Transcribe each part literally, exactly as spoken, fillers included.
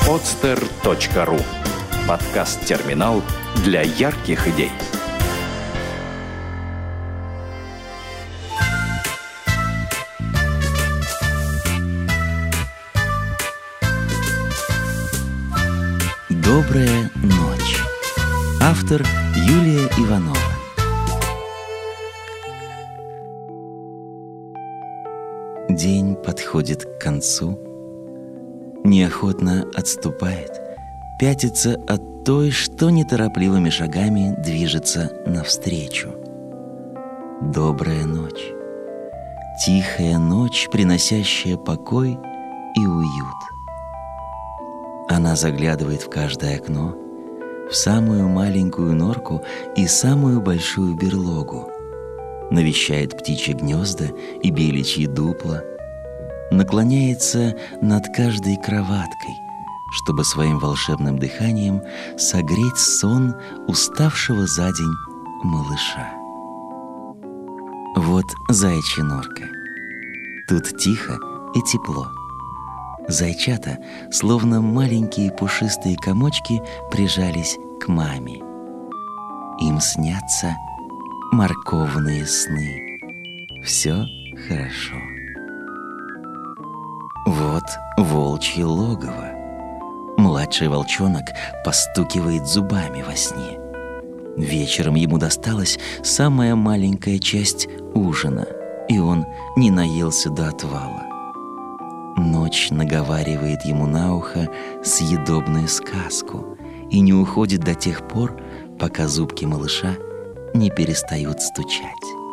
подстер точка ру. Подкаст-терминал для ярких идей. Добрая ночь. Автор Юлия Иванова. День подходит к концу, неохотно отступает, пятится от той, что неторопливыми шагами движется навстречу. Добрая ночь. Тихая ночь, приносящая покой и уют. Она заглядывает в каждое окно, в самую маленькую норку и самую большую берлогу, навещает птичьи гнезда и беличьи дупла, наклоняется над каждой кроваткой, чтобы своим волшебным дыханием согреть сон уставшего за день малыша. Вот заячья норка. Тут тихо и тепло. Зайчата, словно маленькие пушистые комочки, прижались к маме. Им снятся морковные сны. Все хорошо. Вот волчье логово. Младший волчонок постукивает зубами во сне. Вечером ему досталась самая маленькая часть ужина, и он не наелся до отвала. Ночь наговаривает ему на ухо съедобную сказку и не уходит до тех пор, пока зубки малыша не перестают стучать.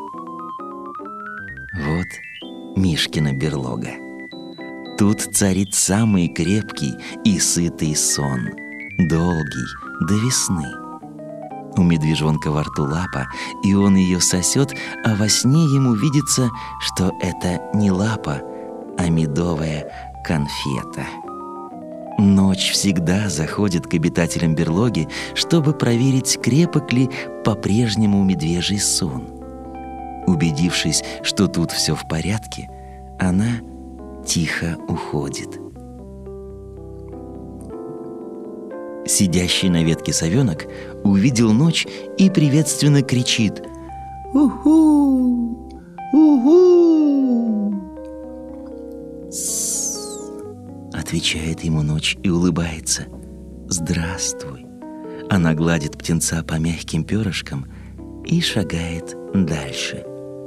Вот Мишкина берлога. Тут царит самый крепкий и сытый сон, долгий до весны. У медвежонка во рту лапа, и он ее сосет, а во сне ему видится, что это не лапа, а медовая конфета. Ночь всегда заходит к обитателям берлоги, чтобы проверить, крепок ли по-прежнему медвежий сон. Убедившись, что тут все в порядке, она тихо уходит. Сидящий на ветке совенок увидел ночь и приветственно кричит: «Уху! Уху!» «С-с-с!» отвечает ему ночь и улыбается. «Здравствуй!» Она гладит птенца по мягким перышкам и шагает дальше.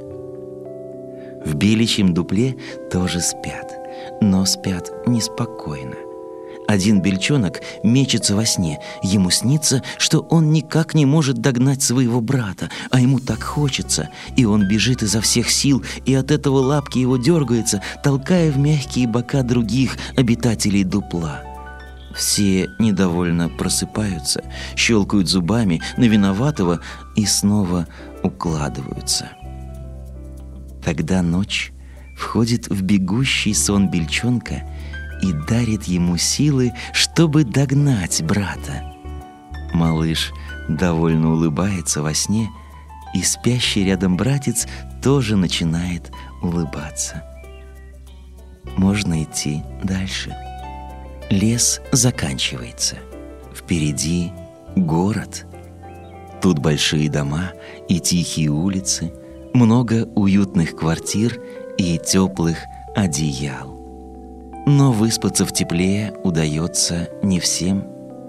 В беличьем дупле тоже спят, но спят неспокойно. Один бельчонок мечется во сне. Ему снится, что он никак не может догнать своего брата, а ему так хочется, и он бежит изо всех сил, и от этого лапки его дергаются, толкая в мягкие бока других обитателей дупла. Все недовольно просыпаются, щелкают зубами на виноватого и снова укладываются. Тогда ночь входит в бегущий сон бельчонка и дарит ему силы, чтобы догнать брата. Малыш довольно улыбается во сне, и спящий рядом братец тоже начинает улыбаться. Можно идти дальше. Лес заканчивается. Впереди город. Тут большие дома и тихие улицы, много уютных квартир и теплых одеял. Но выспаться в тепле удается не всем.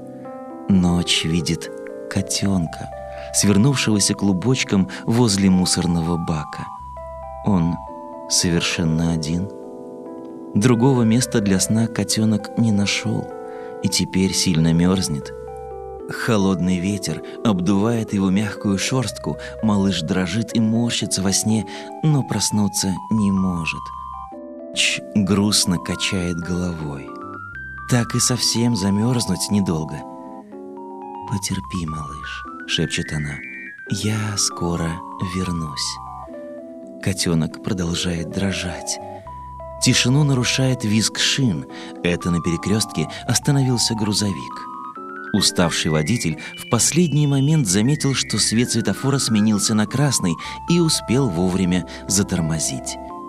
Ночь видит котенка, свернувшегося клубочком возле мусорного бака. Он совершенно один. Другого места для сна котенок не нашел и теперь сильно мерзнет. Холодный ветер обдувает его мягкую шерстку, малыш дрожит и морщится во сне, но проснуться не может. Ночь грустно качает головой. Так и совсем замерзнуть недолго. «Потерпи, малыш», — шепчет она, — «я скоро вернусь». Котенок продолжает дрожать. Тишину нарушает визг шин. Это на перекрестке остановился грузовик. Уставший водитель в последний момент заметил, что свет светофора сменился на красный, и успел вовремя затормозить.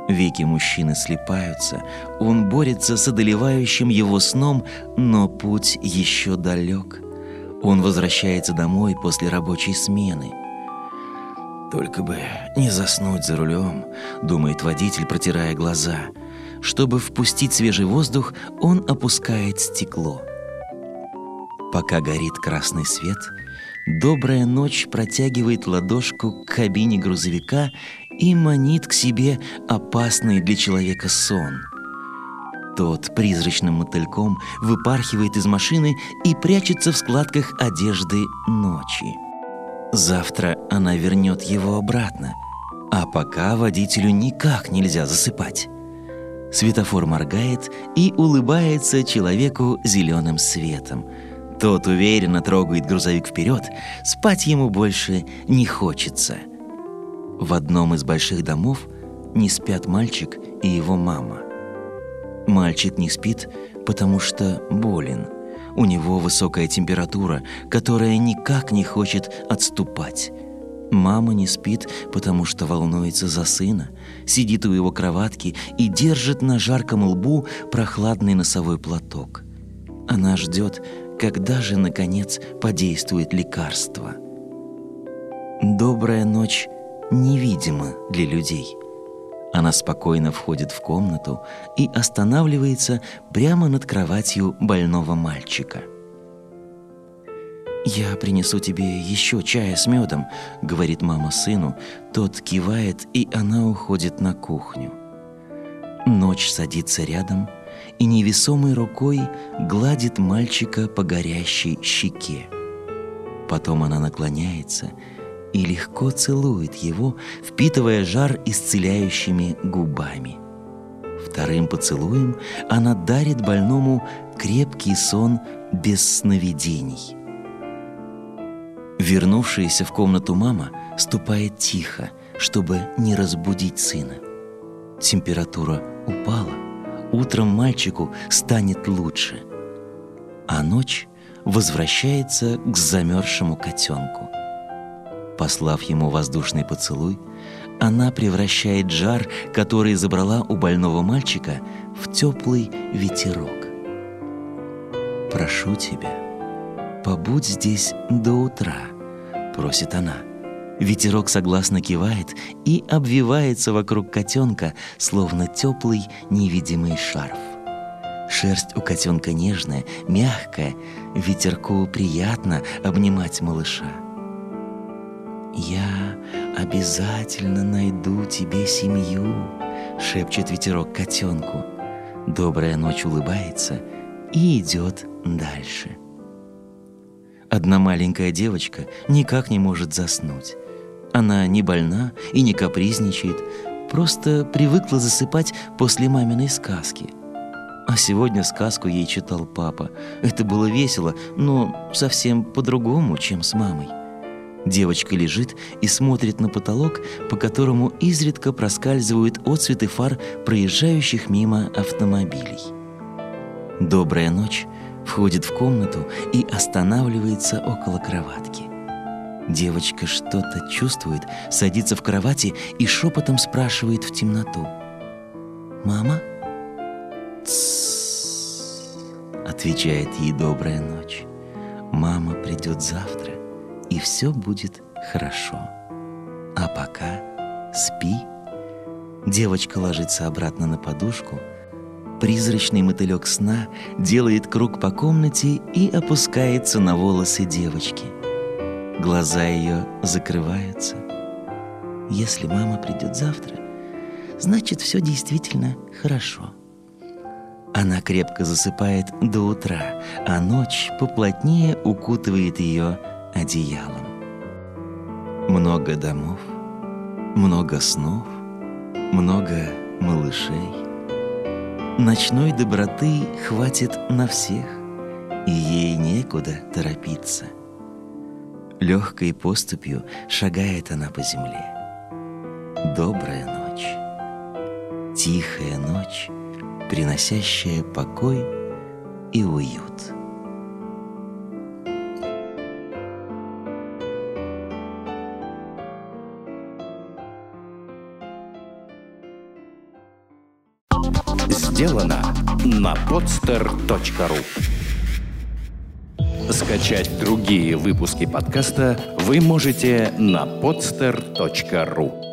Веки мужчины слипаются, он борется с одолевающим его сном, но путь еще далек. Он возвращается домой после рабочей смены. «Только бы не заснуть за рулем», — думает водитель, протирая глаза. Чтобы впустить свежий воздух, он опускает стекло. Пока горит красный свет, добрая ночь протягивает ладошку к кабине грузовика и манит к себе опасный для человека сон. Тот призрачным мотыльком выпархивает из машины и прячется в складках одежды ночи. Завтра она вернет его обратно, а пока водителю никак нельзя засыпать. Светофор моргает и улыбается человеку зеленым светом. Тот уверенно трогает грузовик вперед, спать ему больше не хочется. В одном из больших домов не спят мальчик и его мама. Мальчик не спит, потому что болен. У него высокая температура, которая никак не хочет отступать. Мама не спит, потому что волнуется за сына, сидит у его кроватки и держит на жарком лбу прохладный носовой платок. Она ждет, когда же, наконец, подействует лекарство. Добрая ночь невидима для людей. Она спокойно входит в комнату и останавливается прямо над кроватью больного мальчика. «Я принесу тебе еще чая с медом», — говорит мама сыну. Тот кивает, и она уходит на кухню. Ночь садится рядом и невесомой рукой гладит мальчика по горящей щеке. Потом она наклоняется и легко целует его, впитывая жар исцеляющими губами. Вторым поцелуем она дарит больному крепкий сон без сновидений. Вернувшаяся в комнату мама ступает тихо, чтобы не разбудить сына. Температура упала, утром мальчику станет лучше, а ночь возвращается к замерзшему котенку. Послав ему воздушный поцелуй, она превращает жар, который забрала у больного мальчика, в теплый ветерок. «Прошу тебя, побудь здесь до утра», — просит она. Ветерок согласно кивает и обвивается вокруг котенка, словно теплый невидимый шарф. Шерсть у котенка нежная, мягкая, ветерку приятно обнимать малыша. «Я обязательно найду тебе семью», — шепчет ветерок котенку. Добрая ночь улыбается и идет дальше. Одна маленькая девочка никак не может заснуть. Она не больна и не капризничает, просто привыкла засыпать после маминой сказки. А сегодня сказку ей читал папа. Это было весело, но совсем по-другому, чем с мамой. Девочка лежит и смотрит на потолок, по которому изредка проскальзывают отсветы фар проезжающих мимо автомобилей. Добрая ночь входит в комнату и останавливается около кроватки. Девочка что-то чувствует, садится в кровати и шепотом спрашивает в темноту: «Мама?» «Тссс», — отвечает ей добрая ночь. «Мама придет завтра, и все будет хорошо. А пока спи». Девочка ложится обратно на подушку. Призрачный мотылек сна делает круг по комнате и опускается на волосы девочки. Глаза ее закрываются. Если мама придет завтра, значит, все действительно хорошо. Она крепко засыпает до утра, а ночь поплотнее укутывает ее одеялом. Много домов, много снов, много малышей. Ночной доброты хватит на всех, и ей некуда торопиться. Легкой поступью шагает она по земле. Добрая ночь, тихая ночь, приносящая покой и уют. сделано на подстер точка ру. Скачать другие выпуски подкаста вы можете на подстер точка ру.